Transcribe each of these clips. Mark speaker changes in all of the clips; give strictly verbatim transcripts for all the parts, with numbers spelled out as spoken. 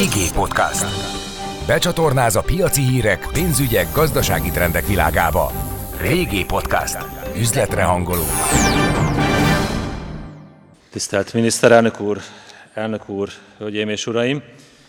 Speaker 1: vé gé Podcast. Becsatornáz a piaci hírek, pénzügyek, gazdasági trendek világába. vé gé Podcast. Üzletre hangoló.
Speaker 2: Tisztelt miniszterelnök úr, elnök úr, hölgyeim és uraim!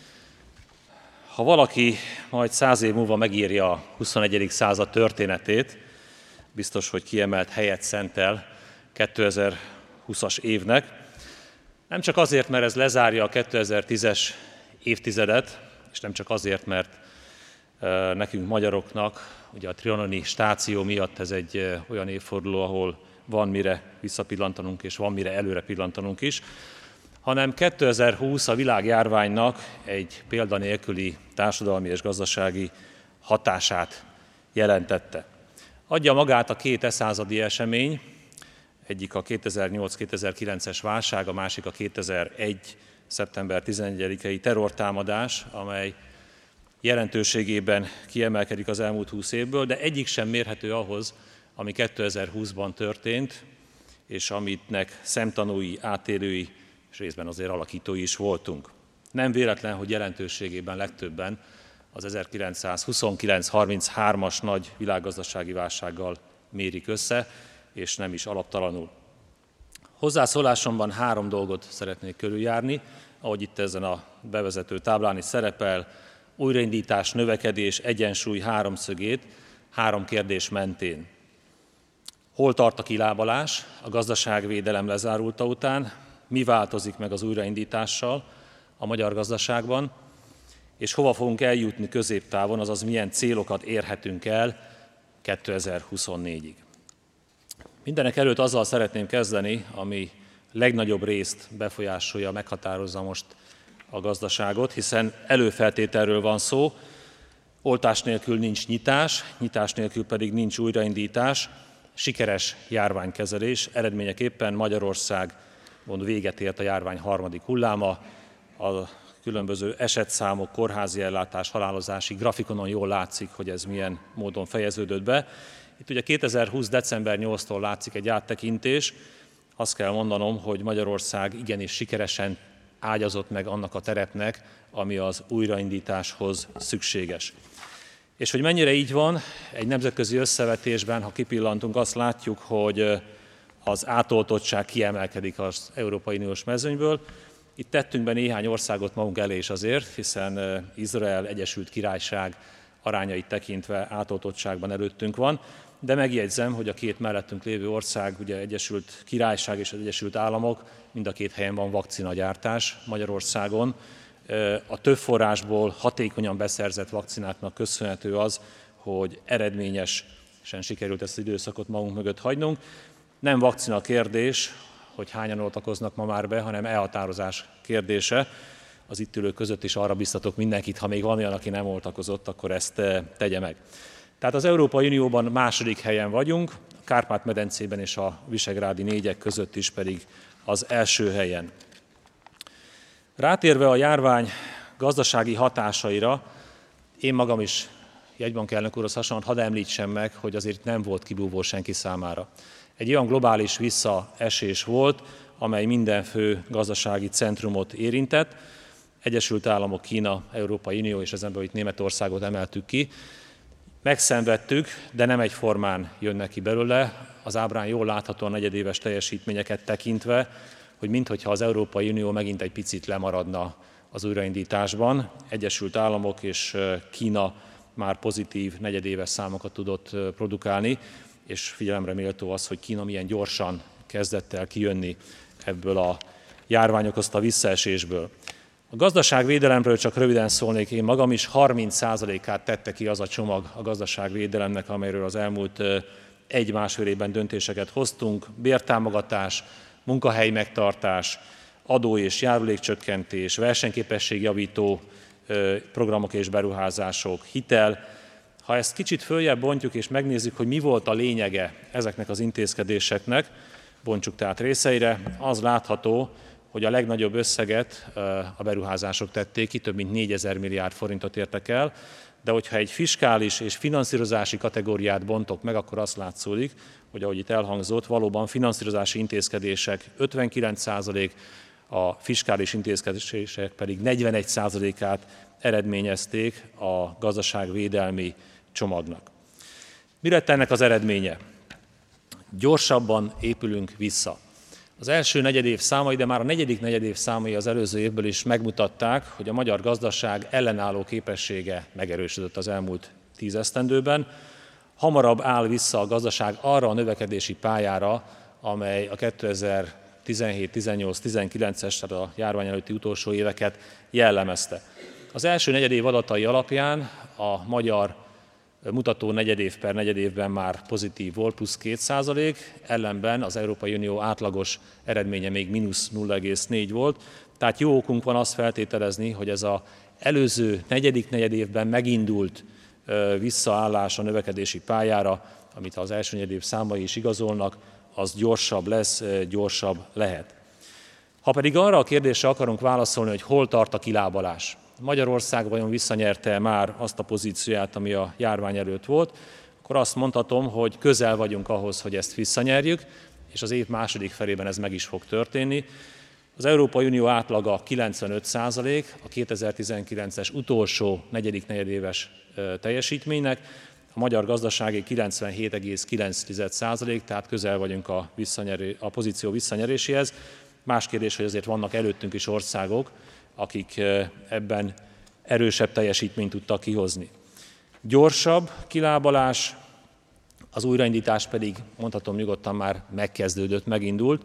Speaker 2: Ha valaki majd száz év múlva megírja a huszonegyedik század történetét, biztos, hogy kiemelt helyet szentel kétezer-húszas évnek. Nem csak azért, mert ez lezárja a kétezer-tízes évtizedet, és nem csak azért, mert nekünk magyaroknak, ugye a trianoni stáció miatt ez egy olyan évforduló, ahol van mire visszapillantanunk, és van mire előre pillantanunk is, hanem kétezer-húsz a világjárványnak egy példanélküli társadalmi és gazdasági hatását jelentette. Adja magát a két eszázadi esemény, egyik a kétezer-nyolc-kétezer-kilences válság, a másik a kétezer-egy. szeptember tizenegyedikei terrortámadás, amely jelentőségében kiemelkedik az elmúlt húsz évből, de egyik sem mérhető ahhoz, ami kétezer-húszban történt, és amitnek szemtanúi, átélői és részben azért alakítói is voltunk. Nem véletlen, hogy jelentőségében legtöbben az ezerkilencszázhuszonkilenc harminchárom-as nagy világgazdasági válsággal mérik össze, és nem is alaptalanul. Hozzászólásomban három dolgot szeretnék körüljárni, ahogy itt ezen a bevezető táblán is szerepel, újraindítás, növekedés, egyensúly háromszögét három kérdés mentén. Hol tart a kilábalás a gazdaságvédelem lezárulta után, mi változik meg az újraindítással a magyar gazdaságban, és hova fogunk eljutni középtávon, azaz milyen célokat érhetünk el kétezer-huszonnégyig. Mindenek előtt azzal szeretném kezdeni, ami legnagyobb részt befolyásolja, meghatározza most a gazdaságot, hiszen előfeltételről van szó, oltás nélkül nincs nyitás, nyitás nélkül pedig nincs újraindítás, sikeres járványkezelés, eredményeképpen Magyarországon véget ért a járvány harmadik hulláma, a különböző esetszámok, kórházi ellátás, halálozási grafikonon jól látszik, hogy ez milyen módon fejeződött be. Itt ugye kétezer-húsz. december nyolcadikántól látszik egy áttekintés. Azt kell mondanom, hogy Magyarország igenis sikeresen ágyazott meg annak a terepnek, ami az újraindításhoz szükséges. És hogy mennyire így van, egy nemzetközi összevetésben, ha kipillantunk, azt látjuk, hogy az átoltottság kiemelkedik az Európai Uniós mezőnyből. Itt tettünk be néhány országot magunk elé is azért, hiszen Izrael, Egyesült Királyság arányait tekintve átoltottságban előttünk van, de megjegyzem, hogy a két mellettünk lévő ország, ugye Egyesült Királyság és az Egyesült Államok, mind a két helyen van vakcinagyártás. Magyarországon a több forrásból hatékonyan beszerzett vakcináknak köszönhető az, hogy eredményesen sikerült ezt az időszakot magunk mögött hagynunk. Nem vakcina kérdés, hogy hányan oltakoznak ma már be, hanem elhatározás kérdése. Az itt ülők között is arra biztatok mindenkit, ha még van olyan, aki nem oltakozott, akkor ezt tegye meg. Tehát az Európai Unióban második helyen vagyunk, a Kárpát-medencében és a visegrádi négyek között is pedig az első helyen. Rátérve a járvány gazdasági hatásaira, én magam is jegybank elnök úrhoz hasonlóan hadd említsem meg, hogy azért nem volt kibúvó senki számára. Egy olyan globális visszaesés volt, amely minden fő gazdasági centrumot érintett, Egyesült Államok, Kína, Európai Unió és ezen belül itt Németországot emeltük ki. Megszenvedtük, de nem egyformán jönnek ki belőle. Az ábrán jól látható a negyedéves teljesítményeket tekintve, hogy minthogyha az Európai Unió megint egy picit lemaradna az újraindításban. Egyesült Államok és Kína már pozitív negyedéves számokat tudott produkálni, és figyelemre méltó az, hogy Kína milyen gyorsan kezdett el kijönni ebből a járvány okozta visszaesésből. A gazdaságvédelemről csak röviden szólnék, én magam is harminc százalékát tette ki az a csomag a gazdaságvédelemnek, amelyről az elmúlt egy-másfél évben döntéseket hoztunk. Bértámogatás, munkahely megtartás, adó- és járulékcsökkentés, versenyképességjavító programok és beruházások, hitel. Ha ezt kicsit följebb bontjuk és megnézzük, hogy mi volt a lényege ezeknek az intézkedéseknek, bontsuk tehát részeire, az látható, hogy a legnagyobb összeget a beruházások tették ki, több mint négyezer milliárd forintot értek el, de hogyha egy fiskális és finanszírozási kategóriát bontok meg, akkor azt látszódik, hogy ahogy itt elhangzott, valóban finanszírozási intézkedések ötvenkilenc százalék, a fiskális intézkedések pedig negyvenegy százalékát eredményezték a gazdaságvédelmi csomagnak. Mi lett ennek az eredménye? Gyorsabban épülünk vissza. Az első negyedév számai, de már a negyedik negyedév számai az előző évből is megmutatták, hogy a magyar gazdaság ellenálló képessége megerősödött az elmúlt tíz esztendőben. Hamarabb áll vissza a gazdaság arra a növekedési pályára, amely a kétezer-tizenhét, tizennyolc, tizenkilences, tehát a járvány előtti utolsó éveket jellemezte. Az első negyedév adatai alapján a magyar mutató negyedév per negyedévben már pozitív volt, plusz két százalék, ellenben az Európai Unió átlagos eredménye még mínusz nulla egész négy volt, tehát jó okunk van azt feltételezni, hogy ez az előző negyedik negyedévben megindult visszaállás a növekedési pályára, amit az első negyedév számai is igazolnak, az gyorsabb lesz, gyorsabb lehet. Ha pedig arra a kérdésre akarunk válaszolni, hogy hol tart a kilábalás, Magyarország vajon visszanyerte már azt a pozícióját, ami a járvány előtt volt, akkor azt mondhatom, hogy közel vagyunk ahhoz, hogy ezt visszanyerjük, és az év második felében ez meg is fog történni. Az Európai Unió átlaga kilencvenöt százalék, a kétezer-tizenkilences utolsó negyedik negyedéves teljesítménynek, a magyar gazdasági kilencvenhét egész kilenc százalék, tehát közel vagyunk a, a pozíció visszanyeréséhez. Más kérdés, hogy azért vannak előttünk is országok, akik ebben erősebb teljesítményt tudtak kihozni. Gyorsabb kilábalás, az újraindítás pedig mondhatom nyugodtan már megkezdődött, megindult.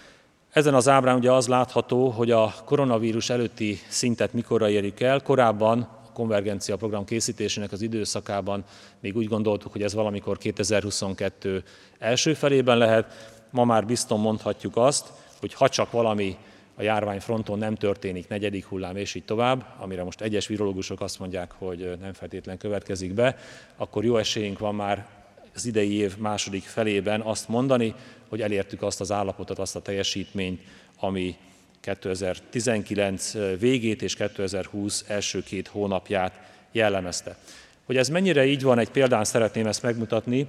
Speaker 2: Ezen az ábrán ugye az látható, hogy a koronavírus előtti szintet mikorra érjük el. Korábban a konvergencia program készítésének az időszakában még úgy gondoltuk, hogy ez valamikor kétezer-huszonkettő első felében lehet. Ma már bizton mondhatjuk azt, hogy ha csak valami a járványfronton nem történik, negyedik hullám és így tovább, amire most egyes virológusok azt mondják, hogy nem feltétlen következik be, akkor jó esélyünk van már az idei év második felében azt mondani, hogy elértük azt az állapotot, azt a teljesítményt, ami kétezer-tizenkilenc végét és kétezer-húsz első két hónapját jellemezte. Hogy ez mennyire így van, egy példán szeretném ezt megmutatni.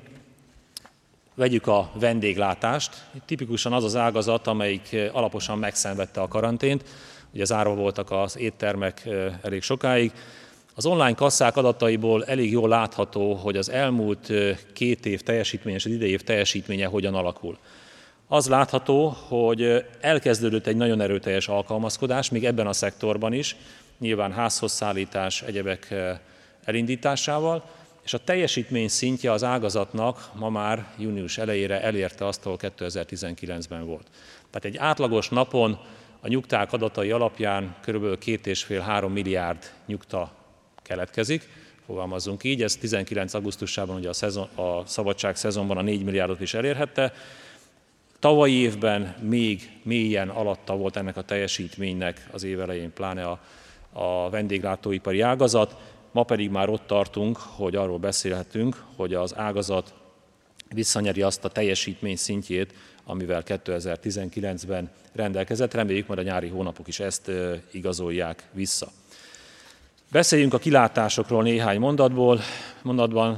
Speaker 2: Vegyük a vendéglátást. Tipikusan az az ágazat, amelyik alaposan megszenvedte a karantént. Ugye zárva voltak az éttermek elég sokáig. Az online kasszák adataiból elég jól látható, hogy az elmúlt két év teljesítménye és az idei év teljesítménye hogyan alakul. Az látható, hogy elkezdődött egy nagyon erőteljes alkalmazkodás, még ebben a szektorban is, nyilván házhoz szállítás, egyebek elindításával, és a teljesítmény szintje az ágazatnak ma már június elejére elérte azt, ahol kétezer-tizenkilencben volt. Tehát egy átlagos napon a nyugták adatai alapján kb. két és fél három milliárd nyugta keletkezik, fogalmazzunk így, ez tizenkilenc augusztusában ugye a, szezon, a szabadság szezonban a négy milliárdot is elérhette. Tavalyi évben még mélyen alatta volt ennek a teljesítménynek az év elején, pláne a, a vendéglátóipari ágazat, ma pedig már ott tartunk, hogy arról beszélhetünk, hogy az ágazat visszanyeri azt a teljesítmény szintjét, amivel kétezer-tizenkilencben rendelkezett. Reméljük, majd a nyári hónapok is ezt igazolják vissza. Beszéljünk a kilátásokról néhány mondatból. mondatban.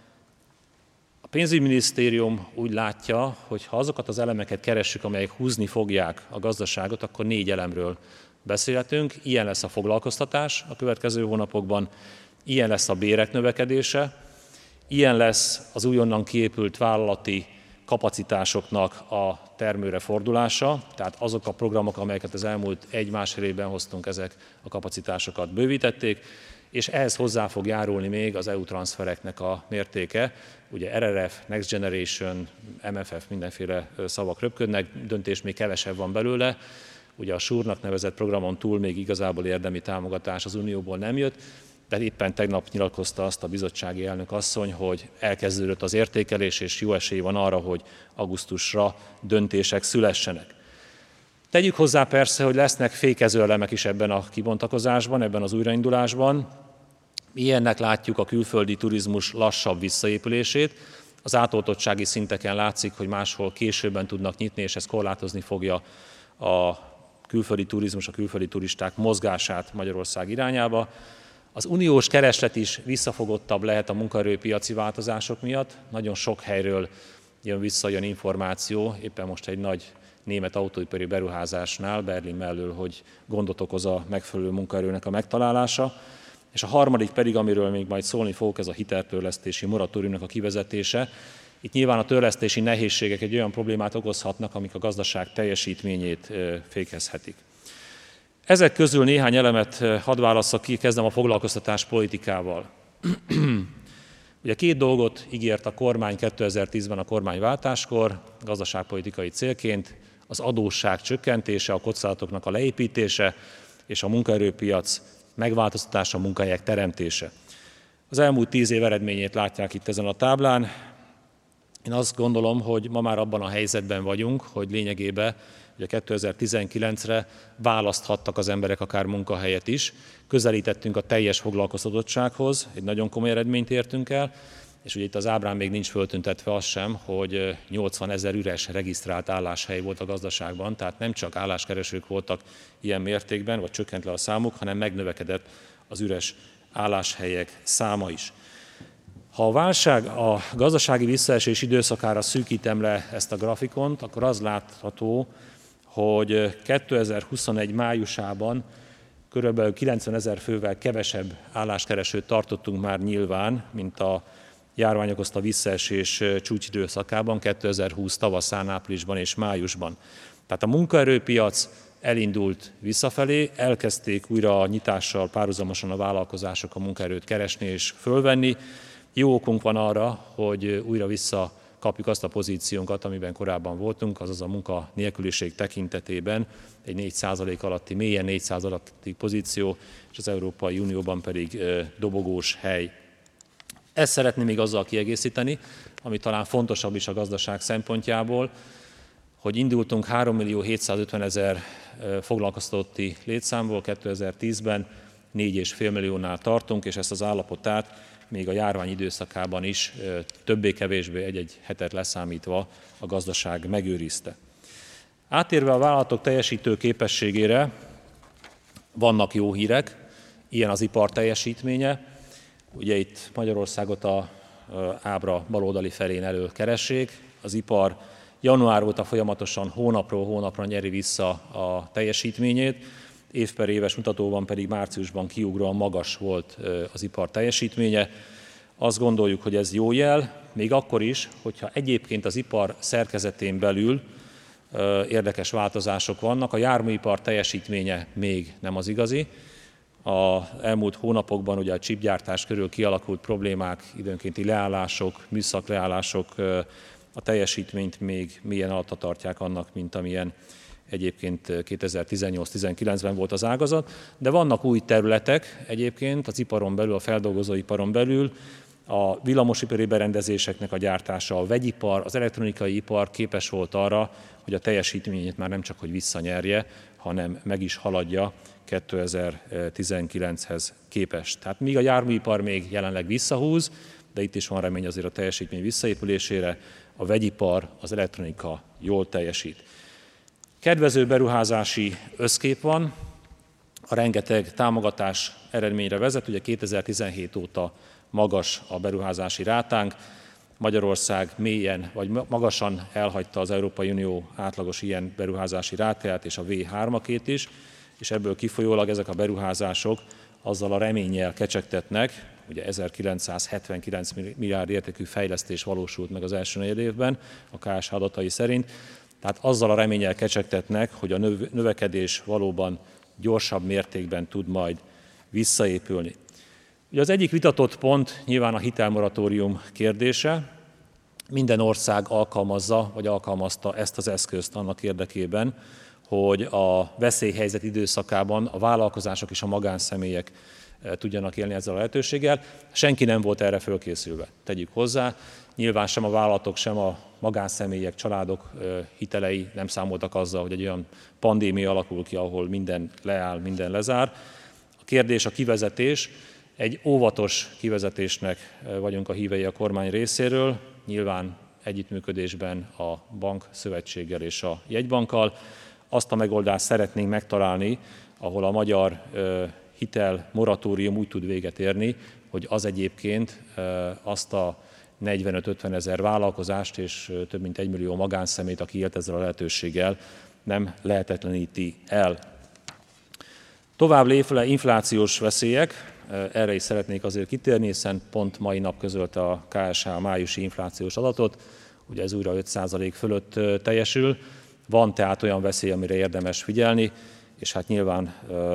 Speaker 2: A pénzügyminisztérium úgy látja, hogy ha azokat az elemeket keressük, amelyek húzni fogják a gazdaságot, akkor négy elemről beszélhetünk. Ilyen lesz a foglalkoztatás a következő hónapokban, ilyen lesz a bérek növekedése, ilyen lesz az újonnan kiépült vállalati kapacitásoknak a termőre fordulása, tehát azok a programok, amelyeket az elmúlt egy-másfél évben hoztunk, ezek a kapacitásokat bővítették, és ehhez hozzá fog járulni még az é u transzfereknek a mértéke. Ugye er er ef, Next Generation, em ef ef, mindenféle szavak röpködnek, döntés még kevesebb van belőle. Ugye a súrnak nevezett programon túl még igazából érdemi támogatás az Unióból nem jött, de éppen tegnap nyilatkozta azt a bizottsági elnök asszony, hogy elkezdődött az értékelés, és jó esély van arra, hogy augusztusra döntések szülessenek. Tegyük hozzá persze, hogy lesznek fékező elemek is ebben a kibontakozásban, ebben az újraindulásban. Ilyennek látjuk a külföldi turizmus lassabb visszaépülését. Az átoltottsági szinteken látszik, hogy máshol későbben tudnak nyitni, és ez korlátozni fogja a külföldi turizmus, a külföldi turisták mozgását Magyarország irányába. Az uniós kereslet is visszafogottabb lehet a munkaerőpiaci változások miatt. Nagyon sok helyről jön vissza olyan információ, éppen most egy nagy német autóipari beruházásnál, Berlin mellől, hogy gondot okoz a megfelelő munkaerőnek a megtalálása. És a harmadik pedig, amiről még majd szólni fogok, ez a hiteltörlesztési moratóriumnak a kivezetése. Itt nyilván a törlesztési nehézségek egy olyan problémát okozhatnak, amik a gazdaság teljesítményét fékezhetik. Ezek közül néhány elemet hadd válasszak ki, kezdem a foglalkoztatás politikával. Ugye két dolgot ígért a kormány kétezer-tízben a kormányváltáskor, gazdaságpolitikai célként, az adósság csökkentése, a kockázatoknak a leépítése és a munkaerőpiac megváltoztatása, a munkahelyek teremtése. Az elmúlt tíz év eredményét látják itt ezen a táblán. Én azt gondolom, hogy ma már abban a helyzetben vagyunk, hogy lényegében ugye kétezer-tizenkilencre választhattak az emberek akár munkahelyet is. Közelítettünk a teljes foglalkoztatottsághoz, egy nagyon komoly eredményt értünk el, és ugye itt az ábrán még nincs föltüntetve az sem, hogy nyolcvanezer üres regisztrált álláshely volt a gazdaságban, tehát nem csak álláskeresők voltak ilyen mértékben, vagy csökkent le a számuk, hanem megnövekedett az üres álláshelyek száma is. Ha a válság a gazdasági visszaesés időszakára szűkítem le ezt a grafikont, akkor az látható, hogy kétezer-huszonegy májusában körülbelül kilencvenezer fővel kevesebb álláskeresőt tartottunk már nyilván, mint a járvány okozta visszaesés csúcsidőszakában, kétezer-húsz tavaszán, áprilisban és májusban. Tehát a munkaerőpiac elindult visszafelé, elkezdték újra a nyitással párhuzamosan a vállalkozások a munkaerőt keresni és fölvenni. Jó okunk van arra, hogy újra visszakapjuk azt a pozíciónkat, amiben korábban voltunk, azaz a munkanélküliség tekintetében egy négy százalék alatti, mélyen négy százalék alatti pozíció, és az Európai Unióban pedig dobogós hely. Ezt szeretném még azzal kiegészíteni, ami talán fontosabb is a gazdaság szempontjából, hogy indultunk három millió hétszázötvenezer foglalkoztatotti létszámból kétezer-tízben, négy egész öt milliónál tartunk, és ezt az állapotát még a járvány időszakában is többé-kevésbé egy-egy hetet leszámítva a gazdaság megőrizte. Átérve a vállalatok teljesítő képességére, vannak jó hírek, ilyen az ipar teljesítménye. Ugye itt Magyarországot a ábra baloldali felén elől keressék. Az ipar január óta folyamatosan hónapról hónapra nyeri vissza a teljesítményét, év per éves mutatóban pedig márciusban kiugróan magas volt az ipar teljesítménye. Azt gondoljuk, hogy ez jó jel, még akkor is, hogyha egyébként az ipar szerkezetén belül érdekes változások vannak. A járműipar teljesítménye még nem az igazi. Az elmúlt hónapokban ugye a csipgyártás körül kialakult problémák, időnkénti leállások, műszakleállások a teljesítményt még mélyen alatta tartják annak, mint amilyen egyébként kétezer-tizennyolc-tizenkilencben volt az ágazat, de vannak új területek egyébként az iparon belül, a feldolgozóiparon belül, a villamosipari berendezéseknek a gyártása, a vegyipar, az elektronikai ipar képes volt arra, hogy a teljesítményét már nem csak hogy visszanyerje, hanem meg is haladja kétezer-tizenkilenchez képest. Tehát míg a járműipar még jelenleg visszahúz, de itt is van remény azért a teljesítmény visszaépülésére, a vegyipar, az elektronika jól teljesít. Kedvező beruházási összkép van, a rengeteg támogatás eredményre vezet, ugye kétezer-tizenhét óta magas a beruházási rátánk, Magyarország mélyen vagy magasan elhagyta az Európai Unió átlagos ilyen beruházási rátáját és a vé hármakét is, és ebből kifolyólag ezek a beruházások azzal a reménnyel kecsegtetnek, ugye ezerkilencszázhetvenkilenc milliárd értékű fejlesztés valósult meg az első negyedévben a ká es há adatai szerint, tehát azzal a reménnyel kecsegtetnek, hogy a növekedés valóban gyorsabb mértékben tud majd visszaépülni. Ugye az egyik vitatott pont nyilván a hitelmoratórium kérdése. Minden ország alkalmazza, vagy alkalmazta ezt az eszközt annak érdekében, hogy a veszélyhelyzet időszakában a vállalkozások és a magánszemélyek tudjanak élni ezzel a lehetőséggel. Senki nem volt erre fölkészülve, tegyük hozzá. Nyilván sem a vállalatok, sem a magánszemélyek, családok hitelei nem számoltak azzal, hogy egy olyan pandémia alakul ki, ahol minden leáll, minden lezár. A kérdés, a kivezetés. Egy óvatos kivezetésnek vagyunk a hívei a kormány részéről, nyilván együttműködésben a bankszövetséggel és a jegybankkal. Azt a megoldást szeretnénk megtalálni, ahol a magyar hitel moratórium úgy tud véget érni, hogy az egyébként azt a negyvenöt-ötven ezer vállalkozást és több mint egy millió magánszemét, aki élt ezzel a lehetőséggel, nem lehetetleníti el. Tovább lépve inflációs veszélyek, erre is szeretnék azért kitérni, hiszen pont mai nap közölte a ká es há a májusi inflációs adatot, ugye ez újra öt százalék fölött teljesül. Van tehát olyan veszély, amire érdemes figyelni, és hát nyilván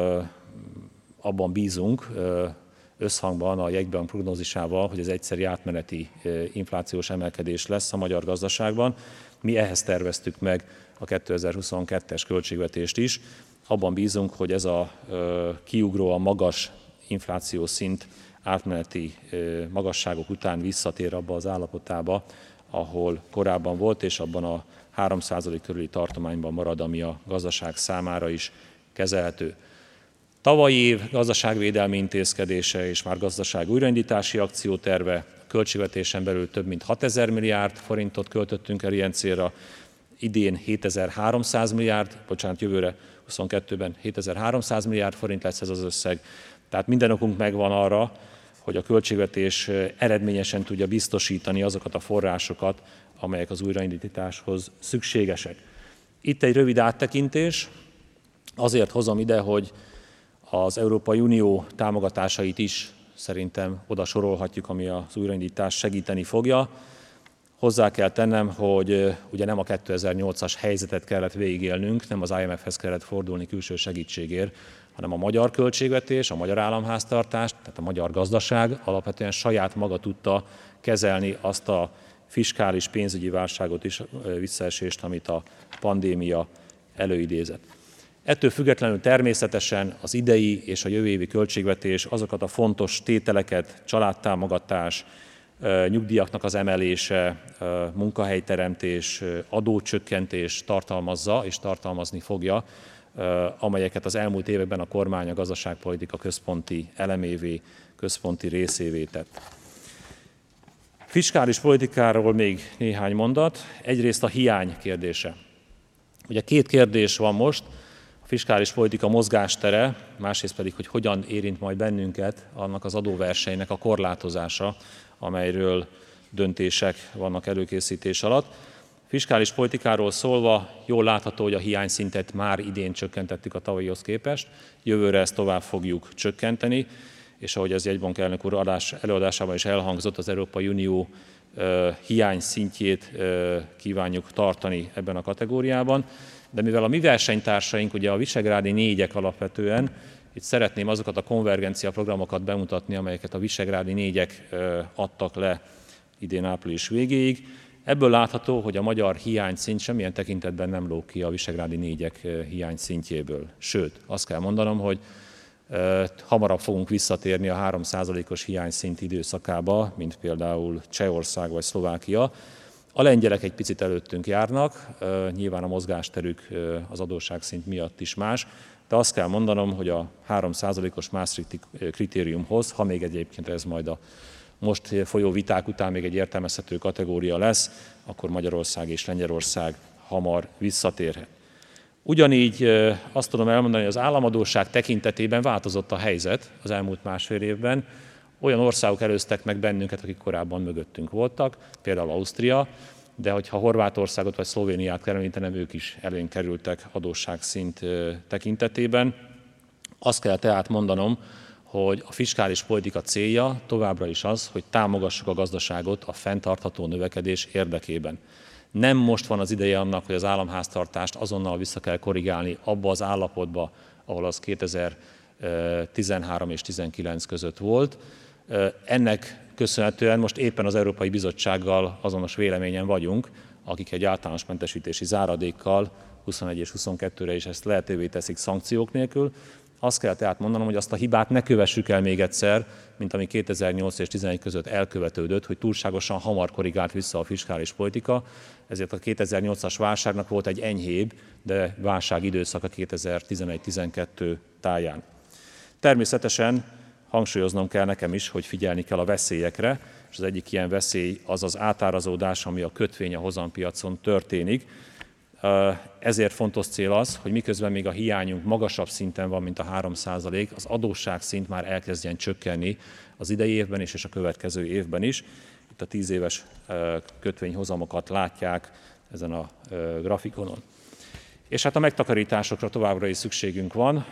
Speaker 2: abban bízunk, összhangban a jegybank prognózisával, hogy ez egyszeri átmeneti inflációs emelkedés lesz a magyar gazdaságban. Mi ehhez terveztük meg a kétezer-huszonkettes költségvetést is. Abban bízunk, hogy ez a kiugróan magas inflációs szint átmeneti magasságok után visszatér abba az állapotába, ahol korábban volt, és abban a három százalék körüli tartományban marad, ami a gazdaság számára is kezelhető. Tavalyi év gazdaságvédelmi intézkedése és már gazdaság újraindítási akcióterve, költségvetésen belül több mint hatezer milliárd forintot költöttünk el ilyen célra, idén hétezer-háromszáz milliárd, bocsánat, jövőre huszonkettőben hétezer-háromszáz milliárd forint lesz ez az összeg. Tehát minden okunk megvan arra, hogy a költségvetés eredményesen tudja biztosítani azokat a forrásokat, amelyek az újraindításhoz szükségesek. Itt egy rövid áttekintés, azért hozom ide, hogy az Európai Unió támogatásait is szerintem oda sorolhatjuk, ami az újraindítást segíteni fogja. Hozzá kell tennem, hogy ugye nem a kétezer-nyolcas helyzetet kellett végigélnünk, nem az i em ef-hez kellett fordulni külső segítségért, hanem a magyar költségvetés, a magyar államháztartás, tehát a magyar gazdaság alapvetően saját maga tudta kezelni azt a fiskális pénzügyi válságot is, visszaesést, amit a pandémia előidézett. Ettől függetlenül természetesen az idei és a jövő évi költségvetés azokat a fontos tételeket, családtámogatás, nyugdíjaknak az emelése, munkahelyteremtés, adócsökkentés tartalmazza és tartalmazni fogja, amelyeket az elmúlt években a kormány a gazdaságpolitika központi elemévé, központi részévé tett. Fiskális politikáról még néhány mondat. Egyrészt a hiány kérdése. Ugye két kérdés van most, a fiskális politika mozgástere, másrészt pedig, hogy hogyan érint majd bennünket annak az adóversenynek a korlátozása, amelyről döntések vannak előkészítés alatt. Fiskális politikáról szólva jól látható, hogy a hiányszintet már idén csökkentettük a tavalyihoz képest, jövőre ezt tovább fogjuk csökkenteni, és ahogy ez jegybank elnök úr adás, előadásában is elhangzott, az Európai Unió uh, hiány szintjét uh, kívánjuk tartani ebben a kategóriában. De mivel a mi versenytársaink, ugye a visegrádi négyek alapvetően, itt szeretném azokat a konvergencia programokat bemutatni, amelyeket a visegrádi négyek uh, adtak le idén április végéig. Ebből látható, hogy a magyar hiányszint semmilyen tekintetben nem lóg ki a visegrádi négyek hiányszintjéből. Sőt, azt kell mondanom, hogy uh, hamarabb fogunk visszatérni a három százalékos hiányszint időszakába, mint például Csehország vagy Szlovákia. A lengyelek egy picit előttünk járnak, uh, nyilván a mozgásterük uh, az adósságszint miatt is más, de azt kell mondanom, hogy a három százalékos Maastrichti kritériumhoz, ha még egyébként ez majd a most folyó viták után még egy értelmezhető kategória lesz, akkor Magyarország és Lengyelország hamar visszatérhet. Ugyanígy azt tudom elmondani, hogy az államadósság tekintetében változott a helyzet az elmúlt másfél évben. Olyan országok előztek meg bennünket, akik korábban mögöttünk voltak, például Ausztria, de hogyha Horvátországot vagy Szlovéniát kell említenem, ők is elénk kerültek adósságszint tekintetében. Azt kell tehát mondanom, hogy a fiskális politika célja továbbra is az, hogy támogassuk a gazdaságot a fenntartható növekedés érdekében. Nem most van az ideje annak, hogy az államháztartást azonnal vissza kell korrigálni abba az állapotba, ahol az kétezer-tizenhárom és tizenkilenc között volt. Ennek köszönhetően most éppen az Európai Bizottsággal azonos véleményen vagyunk, akik egy általános mentesítési záradékkal huszonegy és huszonkettőre is ezt lehetővé teszik szankciók nélkül. Azt kell tehát mondanom, hogy azt a hibát ne kövessük el még egyszer, mint ami kétezer-nyolc és tizenegy között elkövetődött, hogy túlságosan hamar korrigált vissza a fiskális politika, ezért a kétezer-nyolcas válságnak volt egy enyhébb, de válság időszaka kétezer-tizenegy-tizenkettő táján. Természetesen hangsúlyoznom kell nekem is, hogy figyelni kell a veszélyekre, és az egyik ilyen veszély az az átárazódás, ami a kötvény a hozampiacon történik. Ezért fontos cél az, hogy miközben még a hiányunk magasabb szinten van, mint a három százalék, az adósságszint már elkezdjen csökkenni az idei évben is és a következő évben is. itt a tíz éves kötvényhozamokat látják ezen a grafikonon. És hát a megtakarításokra továbbra is szükségünk van.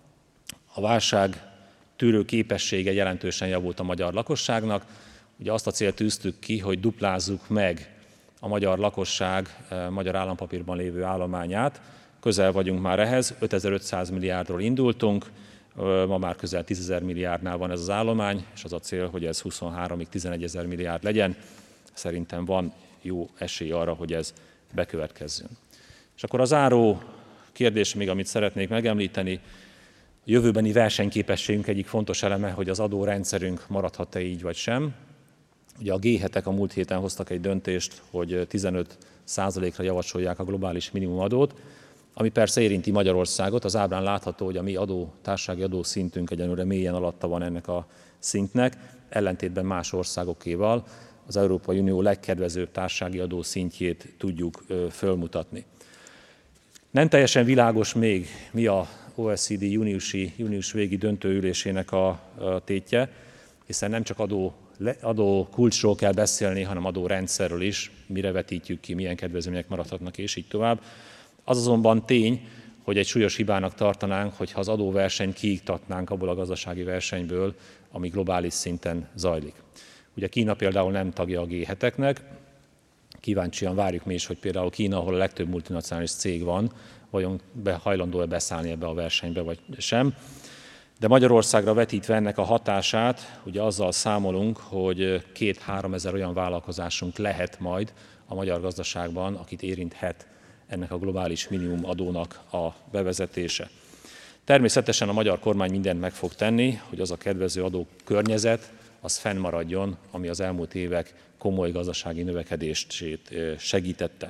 Speaker 2: A válság tűrő képessége jelentősen javult a magyar lakosságnak. Ugye azt a célt tűztük ki, hogy duplázzuk meg a magyar lakosság magyar állampapírban lévő állományát. Közel vagyunk már ehhez, ötezer-ötszáz milliárdról indultunk, ma már közel tízezer milliárdnál van ez az állomány, és az a cél, hogy ez huszonháromig tizenegyezer milliárd legyen. Szerintem van jó esély arra, hogy ez bekövetkezzön. És akkor a záró kérdés még, amit szeretnék megemlíteni, a jövőbeni versenyképességünk egyik fontos eleme, hogy az adórendszerünk maradhat-e így vagy sem. Ugye a gé hetek a múlt héten hoztak egy döntést, hogy tizenöt százalékra javasolják a globális minimumadót, ami persze érinti Magyarországot. Az ábrán látható, hogy a mi adó, társasági adószintünk egyenlőre mélyen alatta van ennek a szintnek, ellentétben más országokéval az Európai Unió legkedvezőbb társasági adó szintjét tudjuk fölmutatni. Nem teljesen világos még, mi a o e cé dé júniusi, június végi döntőülésének a, a tétje, hiszen nem csak adó, adó kulcsról kell beszélni, hanem adórendszerről is, mire vetítjük ki, milyen kedvezmények maradhatnak, és így tovább. Az azonban tény, hogy egy súlyos hibának tartanánk, hogyha az adóversenyt kiiktatnánk abból a gazdasági versenyből, ami globális szinten zajlik. Ugye Kína például nem tagja a gé heteknek, kíváncsian várjuk mi is, hogy például Kína, ahol a legtöbb multinacionális cég van, vajon hajlandó-e beszállni ebbe a versenybe, vagy sem. De Magyarországra vetítve ennek a hatását, ugye azzal számolunk, hogy két-három ezer olyan vállalkozásunk lehet majd a magyar gazdaságban, akit érinthet ennek a globális minimum adónak a bevezetése. Természetesen a magyar kormány mindent meg fog tenni, hogy az a kedvező adó környezet, az fennmaradjon, ami az elmúlt évek komoly gazdasági növekedést segítette.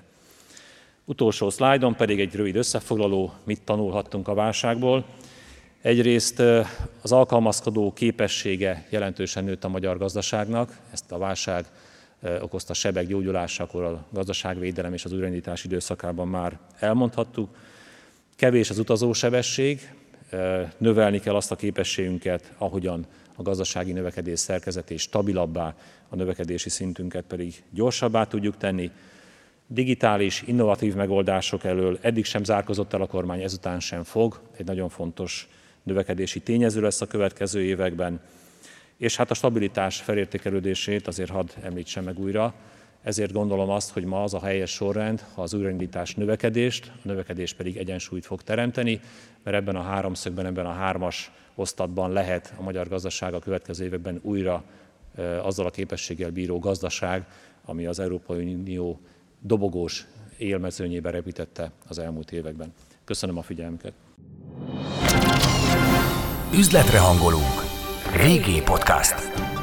Speaker 2: Utolsó szlájdon pedig egy rövid összefoglaló, mit tanulhattunk a válságból. Egyrészt az alkalmazkodó képessége jelentősen nőtt a magyar gazdaságnak, ezt a válság okozta sebek gyógyulásakor a gazdaságvédelem és az újraindítás időszakában már elmondhattuk. Kevés az utazósebesség, növelni kell azt a képességünket, ahogyan a gazdasági növekedés szerkezetét stabilabbá, a növekedési szintünket pedig gyorsabbá tudjuk tenni. Digitális, innovatív megoldások elől eddig sem zárkózott el a kormány, ezután sem fog. Egy nagyon fontos növekedési tényező lesz a következő években. És hát a stabilitás felértékelődését azért hadd említsem meg újra. Ezért gondolom azt, hogy ma az a helyes sorrend, ha az újraindítás növekedést, a növekedés pedig egyensúlyt fog teremteni, mert ebben a háromszögben, ebben a hármas osztatban lehet a magyar gazdaság a következő években újra e, azzal a képességgel bíró gazdaság, ami az Európai Unió dobogós élmezőnyébe repítette az elmúlt években. Köszönöm a figyelmüket!
Speaker 1: Üzletre hangolunk. Régi Podcast.